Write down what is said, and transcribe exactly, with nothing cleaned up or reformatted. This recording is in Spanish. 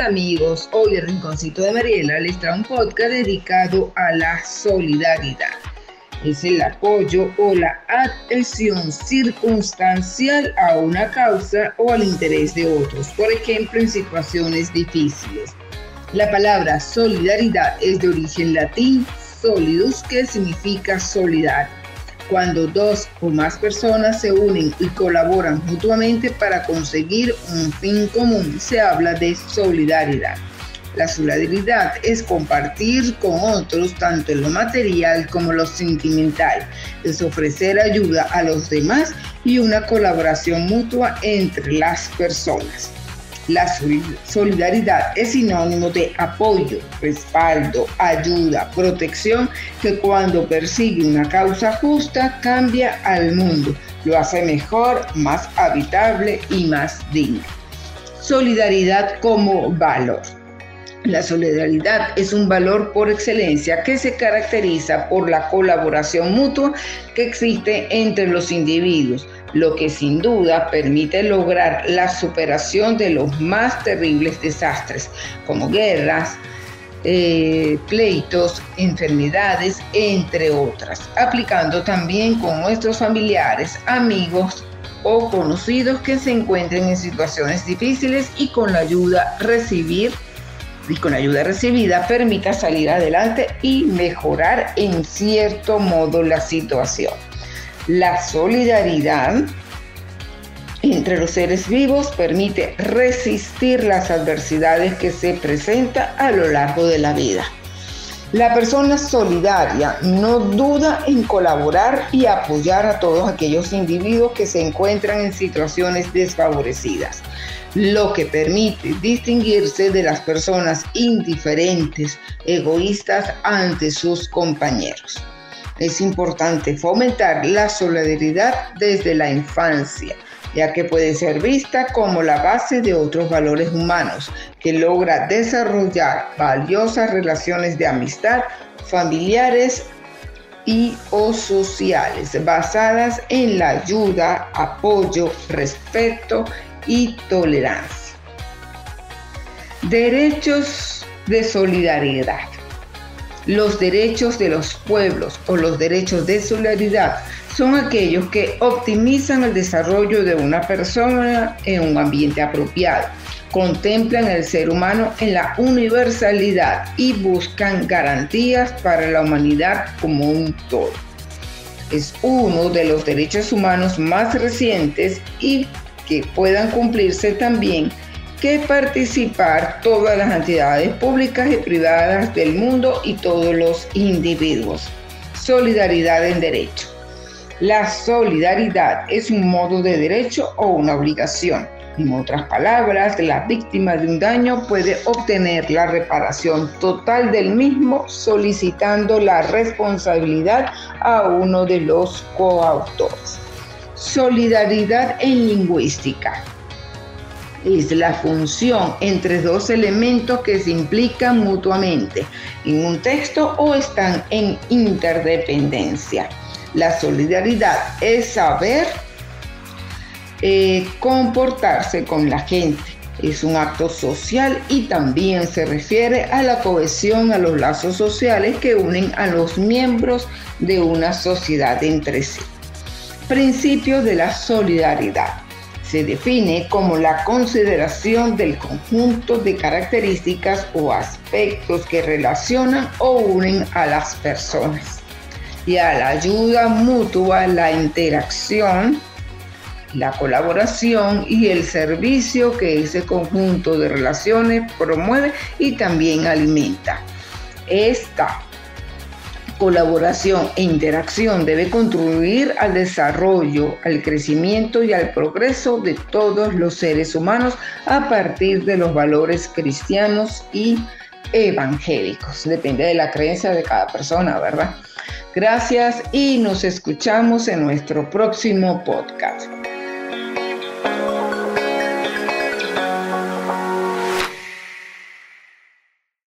Hola amigos, hoy el Rinconcito de Mariela les trae un podcast dedicado a la solidaridad. Es el apoyo o la adhesión circunstancial a una causa o al interés de otros, por ejemplo en situaciones difíciles. La palabra solidaridad es de origen latín solidus, que significa solidar. Cuando dos o más personas se unen y colaboran mutuamente para conseguir un fin común, se habla de solidaridad. La solidaridad es compartir con otros tanto en lo material como en lo sentimental. Es ofrecer ayuda a los demás y una colaboración mutua entre las personas. La solidaridad es sinónimo de apoyo, respaldo, ayuda, protección, que cuando persigue una causa justa cambia al mundo, lo hace mejor, más habitable y más digno. Solidaridad como valor. La solidaridad es un valor por excelencia que se caracteriza por la colaboración mutua que existe entre los individuos, lo que sin duda permite lograr la superación de los más terribles desastres, como guerras, eh, pleitos, enfermedades, entre otras, aplicando también con nuestros familiares, amigos o conocidos que se encuentren en situaciones difíciles y con la ayuda recibir y con la ayuda recibida permita salir adelante y mejorar en cierto modo la situación. La solidaridad entre los seres vivos permite resistir las adversidades que se presentan a lo largo de la vida. La persona solidaria no duda en colaborar y apoyar a todos aquellos individuos que se encuentran en situaciones desfavorecidas, lo que permite distinguirse de las personas indiferentes, egoístas ante sus compañeros. Es importante fomentar la solidaridad desde la infancia, ya que puede ser vista como la base de otros valores humanos, que logra desarrollar valiosas relaciones de amistad, familiares y o sociales, basadas en la ayuda, apoyo, respeto y tolerancia. Derechos de solidaridad. Los derechos de los pueblos o los derechos de solidaridad son aquellos que optimizan el desarrollo de una persona en un ambiente apropiado, contemplan el ser humano en la universalidad y buscan garantías para la humanidad como un todo. Es uno de los derechos humanos más recientes y que puedan cumplirse también que participar todas las entidades públicas y privadas del mundo y todos los individuos. Solidaridad en derecho. La solidaridad es un modo de derecho o una obligación. En otras palabras, la víctima de un daño puede obtener la reparación total del mismo solicitando la responsabilidad a uno de los coautores. Solidaridad en lingüística. Es la función entre dos elementos que se implican mutuamente en un texto o están en interdependencia. La solidaridad es saber eh, comportarse con la gente. Es un acto social y también se refiere a la cohesión, a los lazos sociales que unen a los miembros de una sociedad entre sí. Principio de la solidaridad. Se define como la consideración del conjunto de características o aspectos que relacionan o unen a las personas. Y a la ayuda mutua, la interacción, la colaboración y el servicio que ese conjunto de relaciones promueve y también alimenta. Esta colaboración e interacción debe contribuir al desarrollo, al crecimiento y al progreso de todos los seres humanos a partir de los valores cristianos y evangélicos. Depende de la creencia de cada persona, ¿verdad? Gracias y nos escuchamos en nuestro próximo podcast.